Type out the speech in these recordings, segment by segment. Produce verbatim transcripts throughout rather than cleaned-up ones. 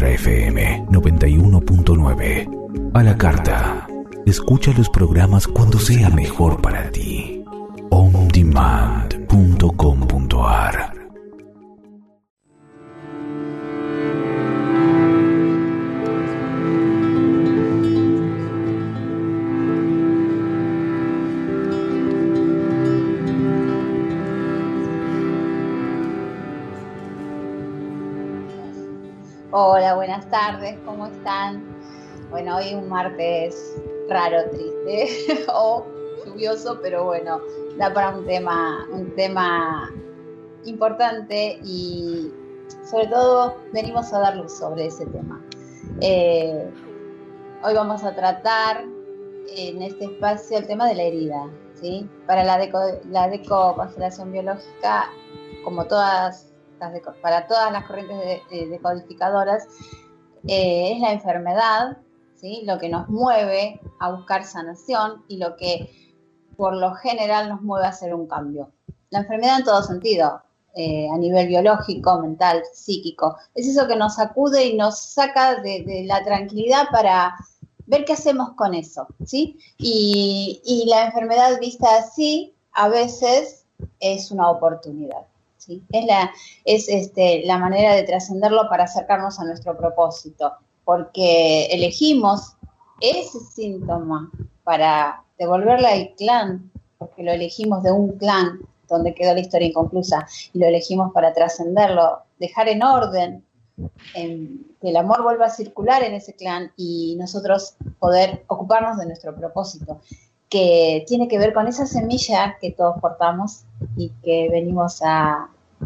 Nuestra F M noventa y uno punto nueve. A la carta. Escucha los programas cuando sea mejor para ti. on demand punto com punto a r. Hola, buenas tardes, ¿cómo están? Bueno, hoy es un martes raro, triste o lluvioso, pero bueno, da para un tema, un tema importante y sobre todo venimos a dar luz sobre ese tema. Eh, hoy vamos a tratar en este espacio el tema de la herida, ¿sí? Para la deco, la decoconstelación biológica, como todas las deco, para todas las corrientes de, de, decodificadoras, eh, es la enfermedad, ¿sí? Lo que nos mueve a buscar sanación y lo que por lo general nos mueve a hacer un cambio. La enfermedad en todo sentido, eh, a nivel biológico, mental, psíquico, es eso que nos sacude y nos saca de, de la tranquilidad para ver qué hacemos con eso, ¿sí? Y, y la enfermedad vista así a veces es una oportunidad, ¿sí? Es la, es este, la manera de trascenderlo para acercarnos a nuestro propósito, porque elegimos ese síntoma para devolverle al clan, porque lo elegimos de un clan donde quedó la historia inconclusa, y lo elegimos para trascenderlo, dejar en orden, en, que el amor vuelva a circular en ese clan y nosotros poder ocuparnos de nuestro propósito, que tiene que ver con esa semilla que todos portamos y que venimos a,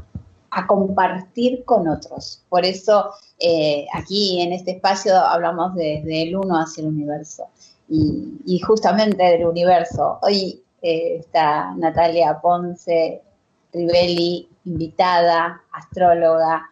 a compartir con otros. Por eso eh, aquí en este espacio hablamos de, del uno hacia el universo. Y, y justamente del universo. Hoy eh, está Natalia Ponce Rivelli, invitada, astróloga,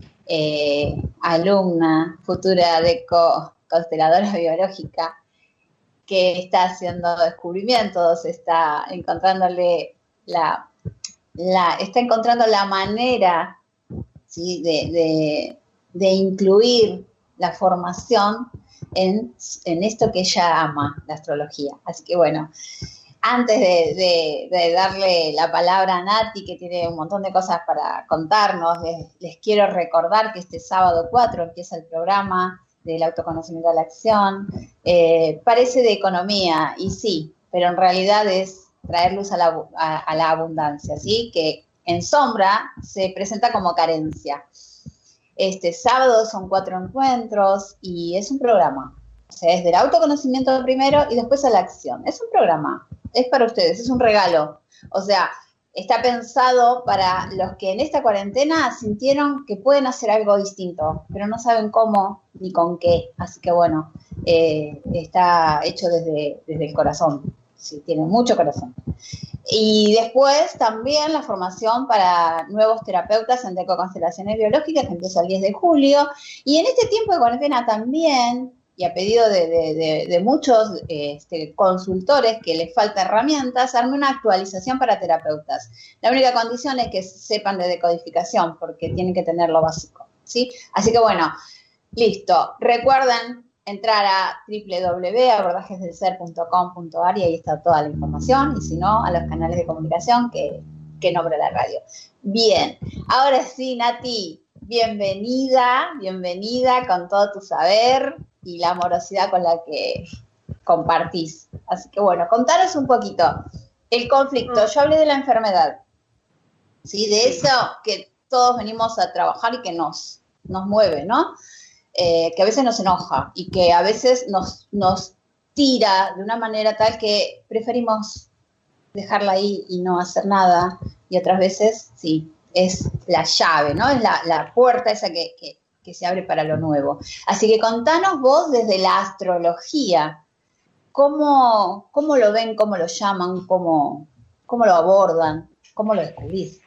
eh, alumna, futura deco consteladora biológica, que está haciendo descubrimientos, está encontrándole la, la está encontrando la manera, ¿sí? de, de, de incluir la formación En, en esto que ella ama, la astrología. Así que bueno, antes de, de, de darle la palabra a Nati, que tiene un montón de cosas para contarnos, les, les quiero recordar que este sábado cuatro empieza el programa del autoconocimiento a la acción. Eh, parece de economía, y sí, pero en realidad es traer luz a la, a, a la abundancia, ¿sí? Que en sombra se presenta como carencia. Este sábado son cuatro encuentros y es un programa. O sea, es del autoconocimiento primero y después a la acción. Es un programa, es para ustedes, es un regalo. O sea, está pensado para los que en esta cuarentena sintieron que pueden hacer algo distinto, pero no saben cómo ni con qué. Así que bueno, eh, está hecho desde, desde el corazón. Sí, tiene mucho corazón. Y después también la formación para nuevos terapeutas en decoconstelaciones biológicas, que empieza el diez de julio. Y en este tiempo de cuarentena también, y a pedido de, de, de, de muchos este, consultores que les falta herramientas, armé una actualización para terapeutas. La única condición es que sepan de decodificación, porque tienen que tener lo básico, ¿sí? Así que bueno, listo. Recuerden entrar a doble u doble u doble u punto abordajes del ser punto com punto a r y ahí está toda la información, y si no, a los canales de comunicación que, que nombra la radio. Bien, ahora sí, Nati, bienvenida, bienvenida con todo tu saber y la amorosidad con la que compartís. Así que bueno, contanos un poquito el conflicto. Yo hablé de la enfermedad, ¿sí? De eso que todos venimos a trabajar y que nos, nos mueve, ¿no? Eh, que a veces nos enoja y que a veces nos, nos tira de una manera tal que preferimos dejarla ahí y no hacer nada, y otras veces sí, es la llave, ¿no? Es la, la puerta esa que, que, que se abre para lo nuevo. Así que contanos vos desde la astrología, ¿cómo, cómo lo ven, cómo lo llaman, cómo, cómo lo abordan, cómo lo descubrís?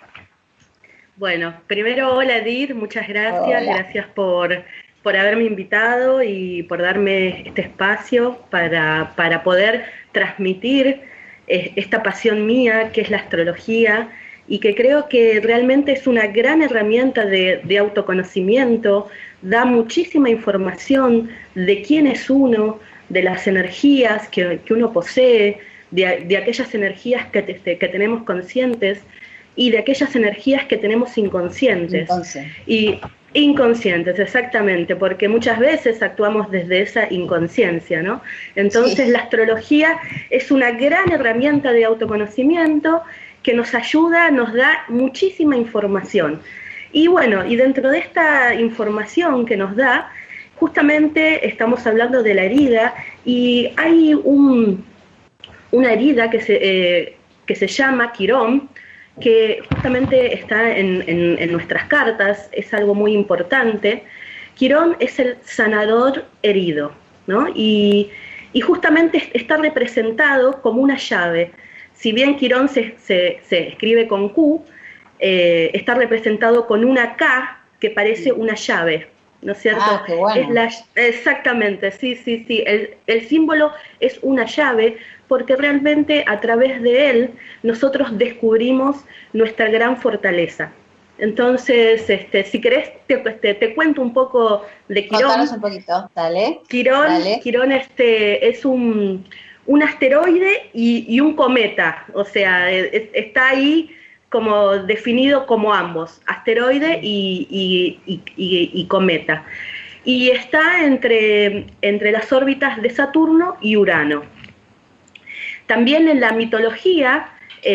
Bueno, primero, hola Dir, muchas gracias, Hola. gracias por... por haberme invitado y por darme este espacio para, para poder transmitir eh, esta pasión mía, que es la astrología, y que creo que realmente es una gran herramienta de, de autoconocimiento, da muchísima información de quién es uno, de las energías que, que uno posee, de, de aquellas energías que, te, que tenemos conscientes y de aquellas energías que tenemos inconscientes. Entonces. Y inconscientes, exactamente, porque muchas veces actuamos desde esa inconsciencia, ¿no? Entonces sí. La astrología es una gran herramienta de autoconocimiento que nos ayuda, nos da muchísima información. Y bueno, y dentro de esta información que nos da, justamente estamos hablando de la herida, y hay un, una herida que se, eh, que se llama Quirón, que justamente está en, en, en nuestras cartas, es algo muy importante. Quirón es el sanador herido, ¿no? Y, y justamente está representado como una llave. Si bien Quirón se, se, se escribe con Q, eh, está representado con una K que parece una llave, ¿no es cierto? Ah, qué bueno. Es la, exactamente, sí, sí, sí. El, el símbolo es una llave porque realmente a través de él nosotros descubrimos nuestra gran fortaleza. Entonces, este, si querés, te, te, te cuento un poco de Quirón. Contanos un poquito, dale. Quirón, dale. Quirón este, es un, un asteroide y, y un cometa, o sea, es, está ahí como definido como ambos, asteroide y, y, y, y, y cometa. Y está entre, entre las órbitas de Saturno y Urano. También en la mitología,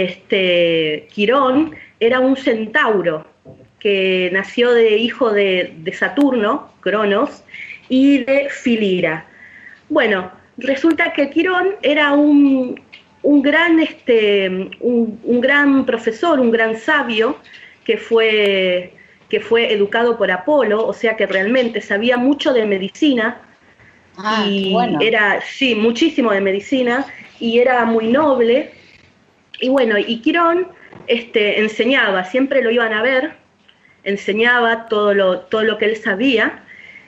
este, Quirón era un centauro que nació de hijo de, de Saturno, Cronos, y de Filira. Bueno, resulta que Quirón era un, un, gran, este, un, un gran profesor, un gran sabio, que fue, que fue educado por Apolo, o sea que realmente sabía mucho de medicina, ah, y bueno. era, sí, muchísimo de medicina, y era muy noble. Y bueno, y Quirón este, enseñaba, siempre lo iban a ver, enseñaba todo lo, todo lo que él sabía,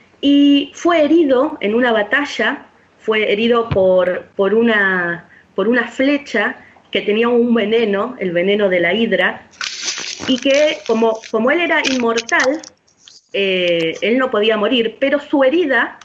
y fue herido en una batalla, fue herido por, por, una, por una flecha que tenía un veneno, el veneno de la hidra, y que como, como él era inmortal, eh, él no podía morir, pero su herida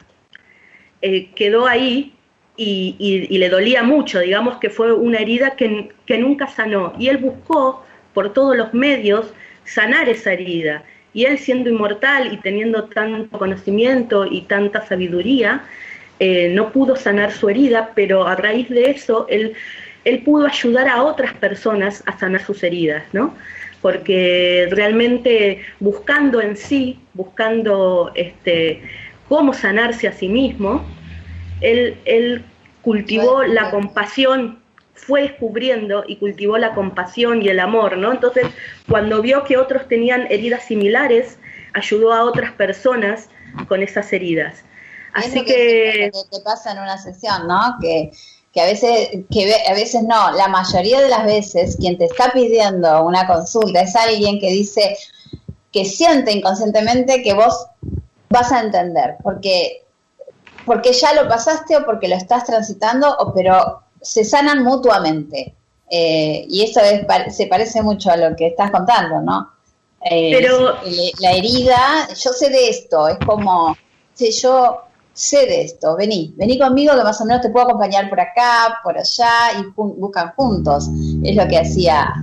eh, quedó ahí, Y, y, y le dolía mucho, digamos que fue una herida que, que nunca sanó, y él buscó por todos los medios sanar esa herida, y él siendo inmortal y teniendo tanto conocimiento y tanta sabiduría, eh, no pudo sanar su herida, pero a raíz de eso él, él pudo ayudar a otras personas a sanar sus heridas, ¿no? Porque realmente buscando en sí, buscando este, cómo sanarse a sí mismo, Él, él cultivó la compasión, fue descubriendo y cultivó la compasión y el amor, ¿no? Entonces, cuando vio que otros tenían heridas similares, ayudó a otras personas con esas heridas. Así es lo que... que, lo que te pasa en una sesión, ¿no? Que, que, a veces, que a veces no, la mayoría de las veces quien te está pidiendo una consulta es alguien que dice, que siente inconscientemente que vos vas a entender, porque... porque ya lo pasaste o porque lo estás transitando, o, pero se sanan mutuamente. Eh, y eso es, se parece mucho a lo que estás contando, ¿no? Eh, pero la herida, yo sé de esto, es como, sí, yo sé de esto, vení, vení conmigo que más o menos te puedo acompañar por acá, por allá, y jun- buscan juntos. Es lo que hacía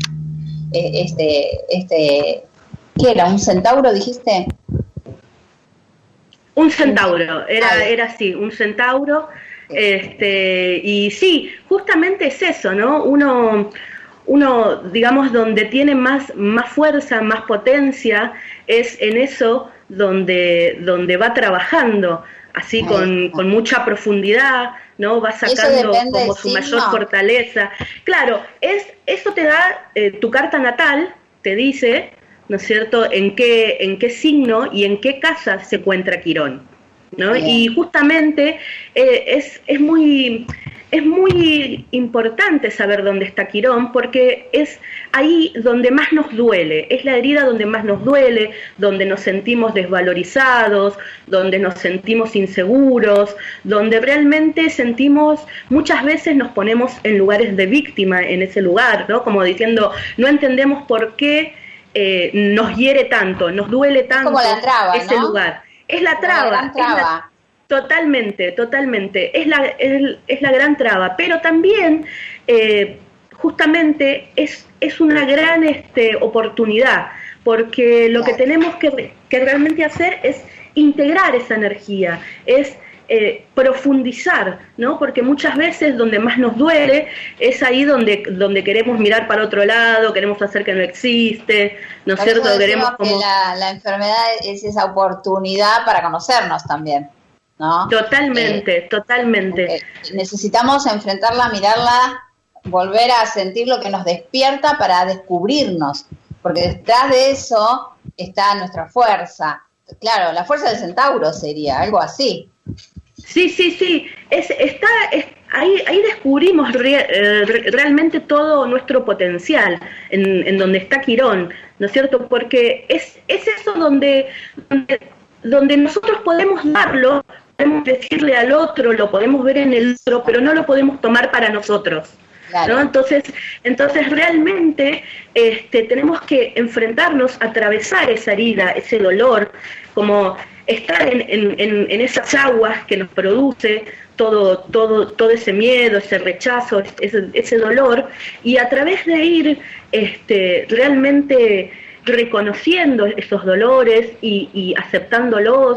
eh, este, este, ¿qué era? ¿Un centauro, dijiste? Un centauro, era, era así, un centauro, este, y sí, justamente es eso, ¿no? Uno, uno, digamos, donde tiene más, más fuerza, más potencia, es en eso donde, donde va trabajando, así con, con mucha profundidad, ¿no? Va sacando como su mayor fortaleza. Claro, es, eso te da eh, tu carta natal, te dice, ¿no es cierto?, en qué, en qué signo y en qué casa se encuentra Quirón, ¿no? Bien. Y justamente eh, es, es muy, es muy importante saber dónde está Quirón, porque es ahí donde más nos duele, es la herida donde más nos duele, donde nos sentimos desvalorizados, donde nos sentimos inseguros, donde realmente sentimos, muchas veces nos ponemos en lugares de víctima en ese lugar, ¿no? Como diciendo, no entendemos por qué eh, nos hiere tanto, nos duele tanto como la traba, ese ¿no? lugar. Es la como traba, la gran traba. Es la, Totalmente, totalmente. Es la, es, es la gran traba, pero también eh, justamente es, es una gran este, oportunidad, porque lo que tenemos que, que realmente hacer es integrar esa energía, es eh, profundizar, ¿no? Porque muchas veces donde más nos duele es ahí donde, donde queremos mirar para otro lado, queremos hacer que no existe, ¿no es Por cierto? eso Queremos decimos como... que la, la enfermedad es esa oportunidad para conocernos también, ¿no? Totalmente, Eh, totalmente. eh, necesitamos enfrentarla, mirarla, volver a sentir lo que nos despierta para descubrirnos, porque detrás de eso está nuestra fuerza. Claro, la fuerza del centauro sería, algo así. Sí, sí, sí, es, está, es, ahí, ahí descubrimos re, eh, re, realmente todo nuestro potencial, en, en donde está Quirón, ¿no es cierto? Porque es, es eso donde, donde, donde nosotros podemos darlo, podemos decirle al otro, lo podemos ver en el otro, pero no lo podemos tomar para nosotros. Claro. ¿No? Entonces, entonces realmente este, tenemos que enfrentarnos, atravesar esa herida, ese dolor, como estar en, en, en, en esas aguas que nos produce todo, todo, todo ese miedo, ese rechazo, ese, ese dolor, y a través de ir este, realmente reconociendo esos dolores y, y aceptándolos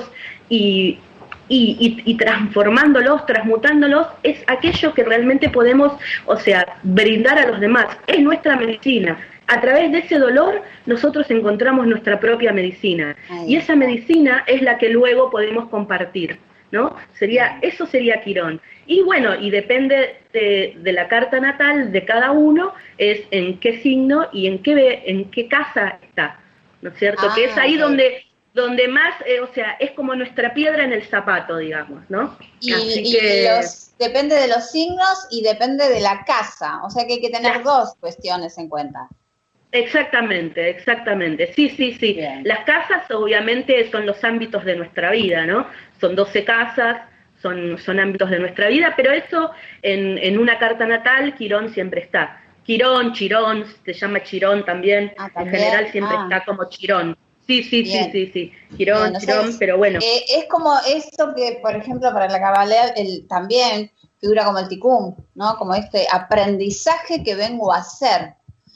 y Y, y, y transformándolos, transmutándolos, es aquello que realmente podemos, o sea, brindar a los demás. Es nuestra medicina. A través de ese dolor, nosotros encontramos nuestra propia medicina. Ay, y esa medicina es la que luego podemos compartir, ¿no? Sería, eso sería Quirón. Y bueno, y depende de, de la carta natal de cada uno, es en qué signo y en qué, en qué casa está, ¿no es cierto? Ah, que es ahí okay. donde... donde más, eh, o sea, es como nuestra piedra en el zapato, digamos, ¿no? Y, Así y que... los, depende de los signos y depende de la casa, o sea que hay que tener sí. dos cuestiones en cuenta. Exactamente, exactamente, sí, sí, sí. Bien. Las casas obviamente son los ámbitos de nuestra vida, ¿no? Son doce casas, son, son ámbitos de nuestra vida, pero eso en, en una carta natal, Quirón siempre está. Quirón, Chirón, se llama Chirón también, ah, ¿también? En general siempre ah. está como Chirón. Sí, sí, Bien. sí, sí, sí, Quirón, Bien, Quirón, sea, pero bueno. Eh, es como esto que, por ejemplo, para la Kabbalah el, también figura como el Tikkun, ¿no? Como este aprendizaje que vengo a hacer.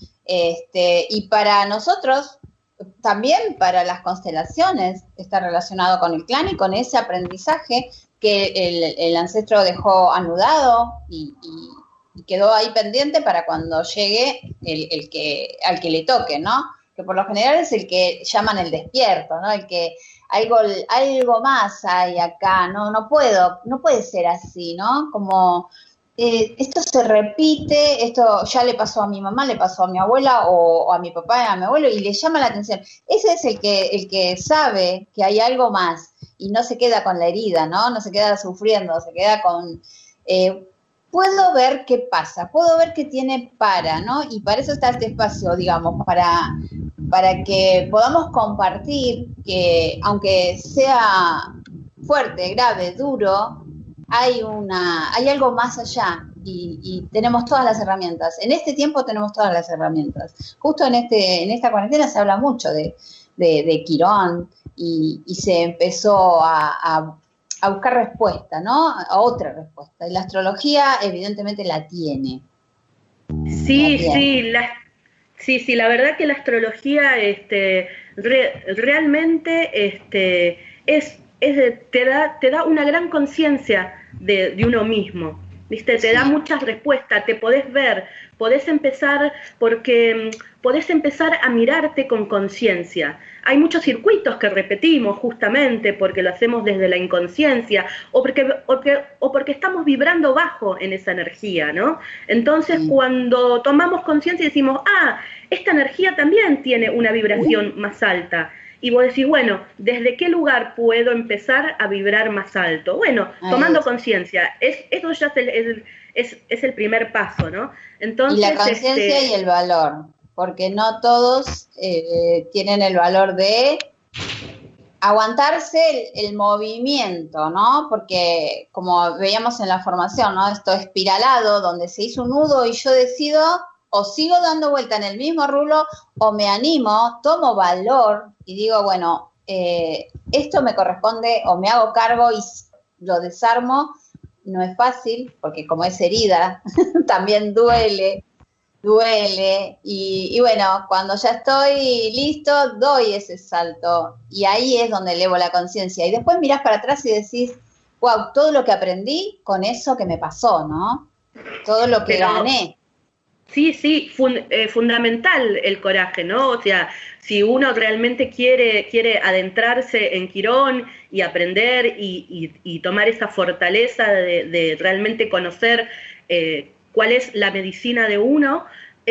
Este, y para nosotros, también para las constelaciones, está relacionado con el clan y con ese aprendizaje que el, el ancestro dejó anudado y, y, y quedó ahí pendiente para cuando llegue el, el que, al que le toque, ¿no? Que por lo general es el que llaman el despierto, ¿no? El que algo, algo más hay acá, no, no puedo, no puede ser así, ¿no? Como eh, esto se repite, esto ya le pasó a mi mamá, le pasó a mi abuela o, o a mi papá, a mi abuelo y le llama la atención. Ese es el que, el que sabe que hay algo más y no se queda con la herida, ¿no? No se queda sufriendo, se queda con... Eh, puedo ver qué pasa, puedo ver qué tiene para, ¿no? Y para eso está este espacio, digamos, para, para que podamos compartir que, aunque sea fuerte, grave, duro, hay una, hay algo más allá y, y tenemos todas las herramientas. En este tiempo tenemos todas las herramientas. Justo en este, en esta cuarentena se habla mucho de, de, de Quirón y, y se empezó a, a a buscar respuesta, ¿no? A otra respuesta. Y la astrología evidentemente la tiene. Sí, la tiene. sí, la, sí, sí, la verdad que la astrología este, re, realmente este, es, es, te, da, te da una gran conciencia de, de uno mismo, ¿viste? Te sí. da muchas respuestas, te podés ver, podés empezar, porque podés empezar a mirarte con conciencia. Hay muchos circuitos que repetimos justamente porque lo hacemos desde la inconsciencia o porque, o porque, o porque estamos vibrando bajo en esa energía, ¿no? Entonces sí. cuando tomamos conciencia y decimos, ah, esta energía también tiene una vibración más alta y vos decís, bueno, ¿desde qué lugar puedo empezar a vibrar más alto? Bueno, Ahí tomando es. conciencia, es, eso ya es el, es, es, es el primer paso, ¿no? Entonces, Y la conciencia este, y el valor, porque no todos eh, tienen el valor de aguantarse el, el movimiento, ¿no? Porque como veíamos en la formación, ¿no? Esto espiralado, donde se hizo un nudo y yo decido o sigo dando vuelta en el mismo rulo o me animo, tomo valor y digo, bueno, eh, esto me corresponde o me hago cargo y lo desarmo. No es fácil, porque como es herida, también duele, duele, y, y bueno, cuando ya estoy listo, doy ese salto, y ahí es donde elevo la conciencia, y después mirás para atrás y decís, wow, todo lo que aprendí con eso que me pasó, ¿no? Todo lo que Pero, gané. Sí, sí, fun, eh, fundamental el coraje, ¿no? O sea, si uno realmente quiere, quiere adentrarse en Quirón y aprender y, y, y tomar esa fortaleza de, de realmente conocer eh, cuál es la medicina de uno,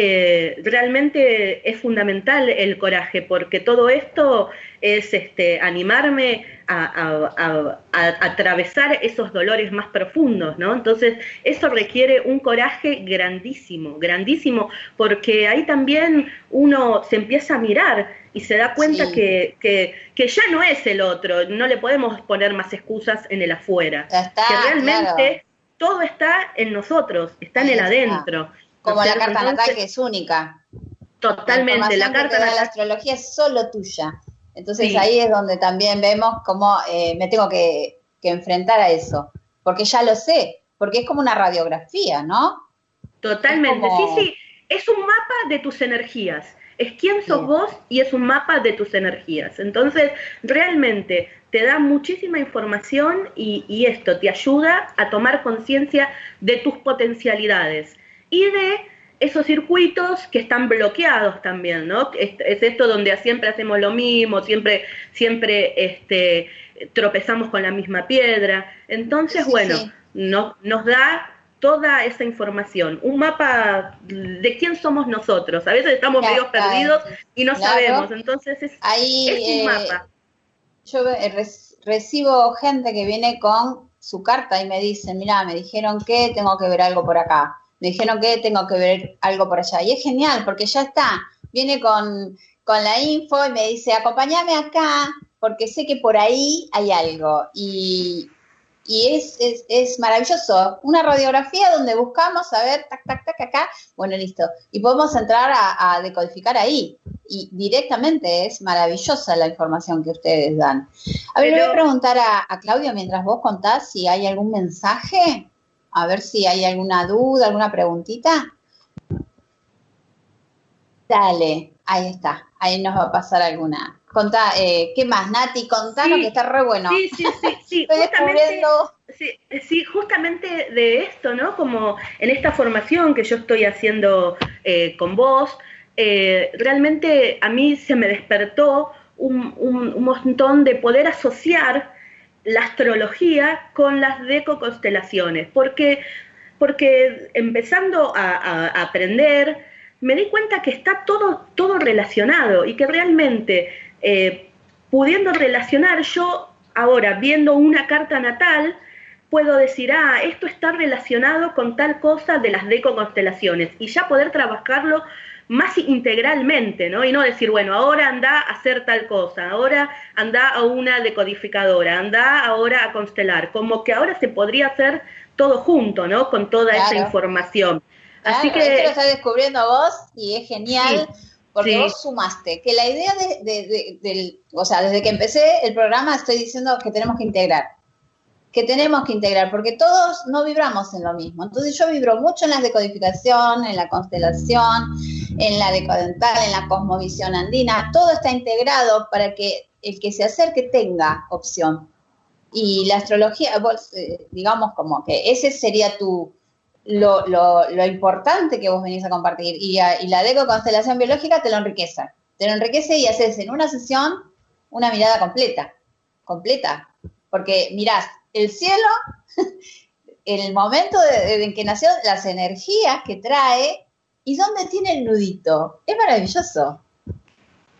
eh, realmente es fundamental el coraje, porque todo esto es este, animarme a, a, a, a atravesar esos dolores más profundos, ¿no? Entonces, eso requiere un coraje grandísimo, grandísimo, porque ahí también uno se empieza a mirar y se da cuenta Sí. que, que, que ya no es el otro, no le podemos poner más excusas en el afuera, Ya está, que realmente claro. todo está en nosotros, está Ahí en el está. adentro. ¿No Como es la cierto? carta Entonces, natal, que es única. La totalmente, la información que carta te da la natal, astrología es solo tuya. Entonces sí, ahí es donde también vemos cómo eh, me tengo que, que enfrentar a eso. Porque ya lo sé. Porque es como una radiografía, ¿no? Es totalmente, sí, como... sí, es un mapa de tus energías, es quién sos Bien. vos y es un mapa de tus energías. Entonces, realmente te da muchísima información y, y esto te ayuda a tomar conciencia de tus potencialidades y de esos circuitos que están bloqueados también, ¿no? Es, es esto donde siempre hacemos lo mismo, siempre, siempre este, tropezamos con la misma piedra. Entonces, Sí, bueno, sí. no, nos da toda esa información, un mapa de quién somos nosotros. A veces estamos Ya, medio ya, perdidos y no sabemos, claro. entonces es, Ahí es un eh, mapa. yo eh, re- recibo gente que viene con su carta y me dicen, mira, me dijeron que tengo que ver algo por acá, me dijeron que tengo que ver algo por allá. Y es genial porque ya está, viene con, con la info y me dice, acompáñame acá porque sé que por ahí hay algo. Y, y es, es, es maravilloso. Una radiografía donde buscamos, a ver, tac, tac, tac, acá, bueno, listo. Y podemos entrar a, a decodificar ahí. Y directamente es maravillosa la información que ustedes dan. A ver, le voy a Pero preguntar a, a Claudio mientras vos contás si hay algún mensaje, a ver si hay alguna duda, alguna preguntita. Dale, ahí está, ahí nos va a pasar alguna. Contá, eh, ¿qué más, Nati? Contanos sí, que está re bueno. sí, sí, sí, sí, Estoy justamente, descubriendo. sí, sí, justamente de esto, ¿no? Como en esta formación que yo estoy haciendo eh, con vos, eh, realmente a mí se me despertó un, un, un montón de poder asociar la astrología con las decoconstelaciones, porque, porque empezando a, a, a aprender, me di cuenta que está todo, todo relacionado y que realmente eh, pudiendo relacionar, yo ahora viendo una carta natal, puedo decir, ah, esto está relacionado con tal cosa de las decoconstelaciones y ya poder trabajarlo más integralmente, ¿no? Y no decir, bueno, ahora anda a hacer tal cosa, ahora anda a una decodificadora, anda ahora a constelar, como que ahora se podría hacer todo junto, ¿no? Con toda Claro, esa información. claro, Así esto lo que, estás descubriendo vos y es genial sí, porque sí, vos sumaste, que la idea de, de, de, del, o sea, desde que empecé el programa estoy diciendo que tenemos que integrar, que tenemos que integrar, porque todos no vibramos en lo mismo. Entonces yo vibro mucho en la decodificación, en la constelación, en la decodental, en la cosmovisión andina, todo está integrado para que el que se acerque tenga opción. Y la astrología, vos, eh, digamos como que ese sería tu, lo, lo, lo importante que vos venís a compartir. Y, a, y la decoconstelación biológica te lo enriquece. Te lo enriquece y haces en una sesión una mirada completa, completa. Porque mirás el cielo, en el momento de, de, en que nació, las energías que trae y dónde tiene el nudito. Es maravilloso.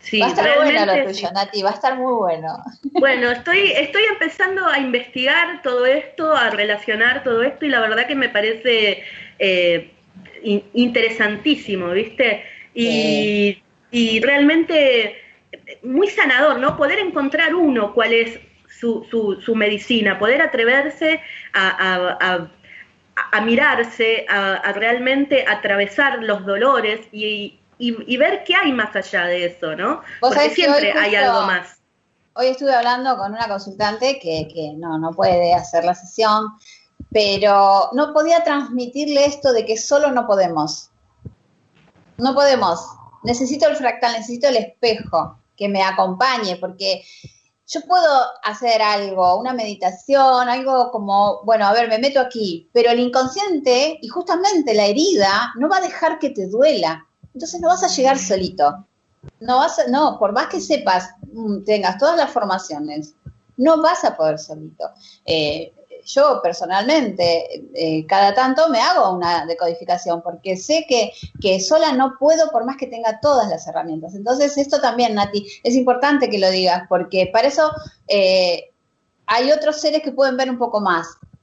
Sí, va a estar bueno lo tuyo, sí. Nati, va a estar muy bueno. Bueno, estoy, estoy empezando a investigar todo esto, a relacionar todo esto, y la verdad que me parece eh, in, interesantísimo, ¿viste? Y, sí. y realmente muy sanador, ¿no? Poder encontrar uno cuál es su, su, su medicina, poder atreverse a, a, a, a mirarse, a, a realmente atravesar los dolores y, y, y ver qué hay más allá de eso, ¿no? Porque siempre hay algo más. Hoy estuve hablando con una consultante que, que no, no puede hacer la sesión, pero no podía transmitirle esto de que solo no podemos. No podemos. Necesito el fractal, necesito el espejo que me acompañe, porque yo puedo hacer algo, una meditación, algo como, bueno, a ver, me meto aquí, pero el inconsciente y justamente la herida no va a dejar que te duela. Entonces no vas a llegar solito. No vas a, no, por más que sepas, tengas todas las formaciones, no vas a poder solito. Eh, yo personalmente, eh, cada tanto me hago una decodificación porque sé que, que sola no puedo por más que tenga todas las herramientas. Entonces esto también, Nati, es importante que lo digas porque para eso eh, hay otros seres que pueden ver un poco más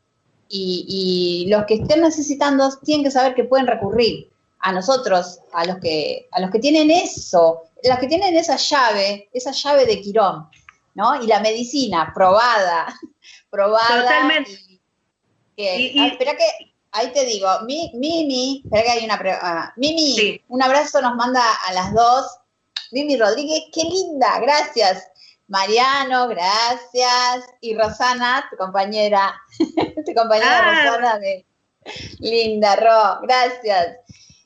y, y los que estén necesitando tienen que saber que pueden recurrir a nosotros, a los que, a los que tienen eso, los que tienen esa llave, esa llave de Quirón, ¿no? Y la medicina probada, probada. Totalmente. Y, que, y, y, ah, espera que, ahí te digo, mi, Mimi, espera que hay una pregunta. Uh, Mimi, sí. Un abrazo nos manda a las dos. Mimi Rodríguez, qué linda, gracias. Mariano, gracias. Y Rosana, tu compañera, tu compañera ah. Rosana de linda, Ro, gracias.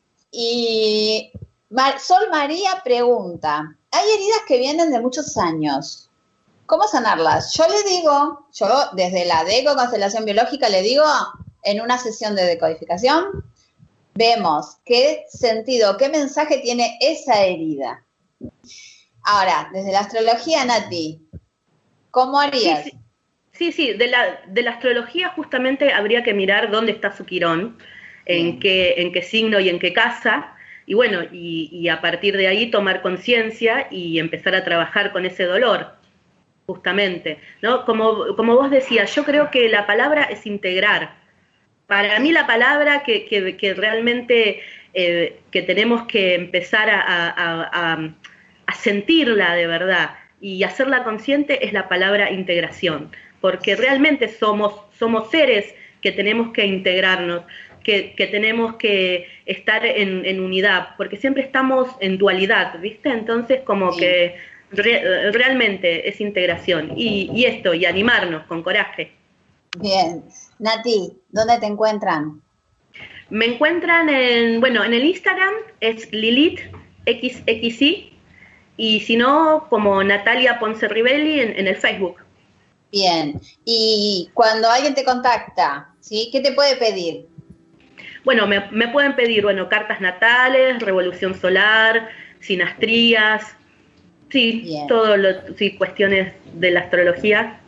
Y Mar- Sol María pregunta, hay heridas que vienen de muchos años, ¿cómo sanarlas? Yo le digo, yo desde la Deco Constelación Biológica le digo, en una sesión de decodificación, vemos qué sentido, qué mensaje tiene esa herida. Ahora, desde la astrología, Nati, ¿cómo harías? Sí, sí, sí, sí. De, la, de la astrología justamente habría que mirar dónde está su Quirón, en qué, en qué signo y en qué casa, y bueno, y, y a partir de ahí tomar conciencia y empezar a trabajar con ese dolor, justamente, ¿no? Como, como vos decías, yo creo que la palabra es integrar. Para mí la palabra que, que, que realmente eh, que tenemos que empezar a, a, a, a sentirla de verdad y hacerla consciente es la palabra integración, porque realmente somos, somos seres que tenemos que integrarnos, Que, que tenemos que estar en, en unidad, porque siempre estamos en dualidad, ¿viste? Entonces como sí. que re, realmente es integración, y, y esto, y animarnos con coraje. Bien. Nati, ¿dónde te encuentran? Me encuentran en, bueno, en el Instagram es Lilith X X I, y si no, como Natalia Ponce Rivelli en, en el Facebook. Bien. Y cuando alguien te contacta, ¿sí? ¿Qué te puede pedir? Bueno, me, me pueden pedir, bueno, cartas natales, revolución solar, sinastrías, sí, Bien. todo lo, sí, cuestiones de la astrología.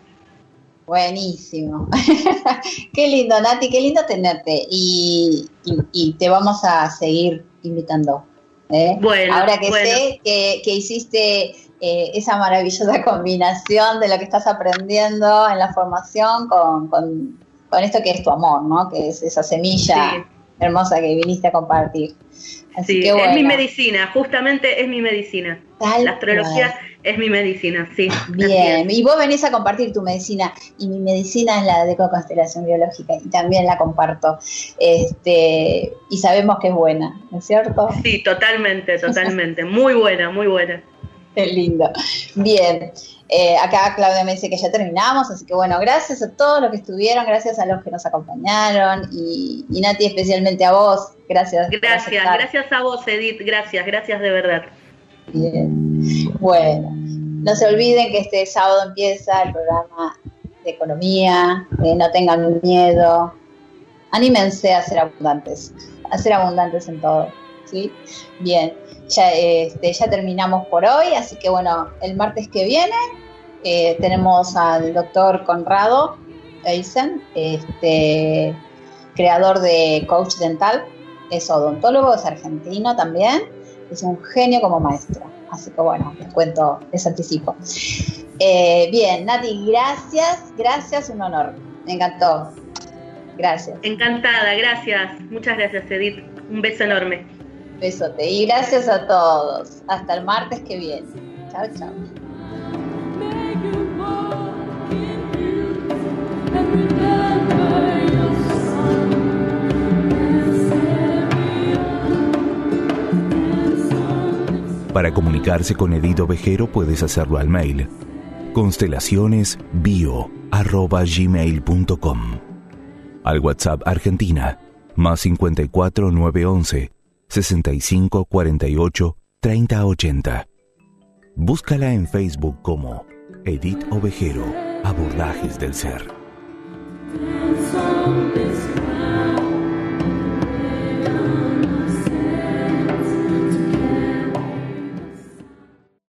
Buenísimo. Qué lindo, Nati, qué lindo tenerte. Y, y, y te vamos a seguir invitando. ¿eh? Bueno, ahora que bueno. sé que, que hiciste eh, esa maravillosa combinación de lo que estás aprendiendo en la formación con, con, con esto que es tu amor, ¿no? Que es esa semilla. Sí. Hermosa que viniste a compartir. Así sí, que bueno. Es mi medicina, justamente es mi medicina. Tal la astrología cual. Es mi medicina, sí. Bien, y vos venís a compartir tu medicina, y mi medicina es la de Constelación Biológica, y también la comparto. Este, y sabemos que es buena, ¿no es cierto? Sí, totalmente, totalmente. Muy buena, muy buena. Qué lindo. Bien. Eh, acá Claudia me dice que ya terminamos, así que bueno, gracias a todos los que estuvieron, gracias a los que nos acompañaron, y, y Nati, especialmente a vos, gracias. Gracias, gracias a vos, Edith, gracias, gracias de verdad. Bien, bueno, no se olviden que este sábado empieza el programa de economía, eh, no tengan miedo, anímense a ser abundantes, a ser abundantes en todo, ¿sí? Bien. Ya, este, ya terminamos por hoy, así que bueno, el martes que viene eh, tenemos al doctor Conrado Eisen, este, creador de Coach Dental, es odontólogo, es argentino también, es un genio como maestro, Así que bueno, les cuento, les anticipo. Eh, bien, Nati, gracias, gracias, un honor. Me encantó. Gracias. Encantada, gracias. Muchas gracias, Edith. Un beso enorme. Besote. Y gracias a todos. Hasta el martes que viene. Chao, chao. Para comunicarse con Edith Ovejero puedes hacerlo al mail constelacionesbio arroba gmail punto com, al WhatsApp Argentina más cincuenta y cuatro nueve once sesenta y cinco cuarenta y ocho treinta ochenta. Búscala en Facebook como Edith Ovejero, Abordajes del Ser.